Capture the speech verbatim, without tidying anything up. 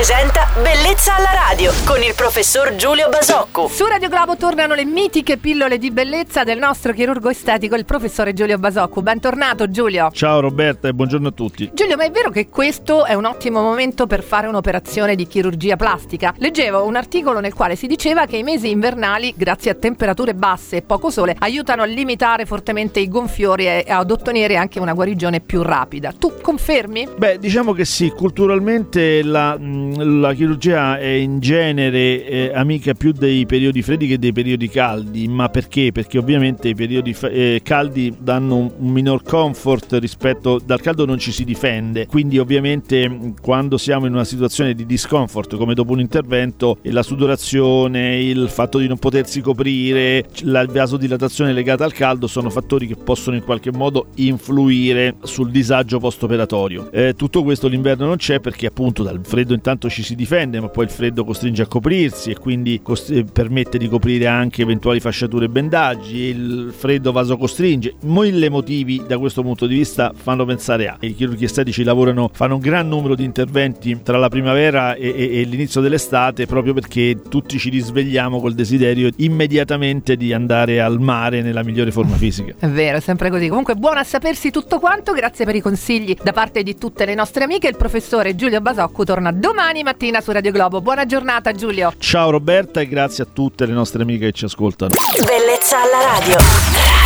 presenta Bellezza alla radio con il professor Giulio Basocco. Su Radio Globo tornano le mitiche pillole di bellezza del nostro chirurgo estetico, il professore Giulio Basocco. Bentornato Giulio. Ciao Roberta e buongiorno a tutti. Giulio, ma è vero che questo è un ottimo momento per fare un'operazione di chirurgia plastica? Leggevo un articolo nel quale si diceva che i mesi invernali, grazie a temperature basse e poco sole, aiutano a limitare fortemente i gonfiori e ad ottenere anche una guarigione più rapida. Tu confermi? Beh, diciamo che sì, culturalmente la, la chirurgia è in genere eh, amica più dei periodi freddi che dei periodi caldi. Ma perché? Perché ovviamente i periodi eh, caldi danno un, un minor comfort rispetto, dal caldo non ci si difende, quindi ovviamente quando siamo in una situazione di discomfort come dopo un intervento, la sudorazione, il fatto di non potersi coprire, la vasodilatazione legata al caldo sono fattori che possono in qualche modo influire sul disagio post-operatorio. Eh, tutto questo l'inverno non c'è, perché appunto dal freddo intanto ci si difende, ma poi il freddo costringe a coprirsi e quindi cost- permette di coprire anche eventuali fasciature e bendaggi. Il freddo vasocostringe. Mille motivi da questo punto di vista fanno pensare a. I chirurghi estetici lavorano, fanno un gran numero di interventi tra la primavera e, e, e l'inizio dell'estate, proprio perché tutti ci risvegliamo col desiderio immediatamente di andare al mare nella migliore forma fisica. È vero, è sempre così. Comunque buono a sapersi tutto quanto, grazie per i consigli da parte di tutte le nostre amiche. Il professore Giulio Basocco torna domani mattina su Radio Globo. Buona giornata Giulio. Ciao Roberta e grazie a tutte le nostre amiche che ci ascoltano. Bellezza alla radio.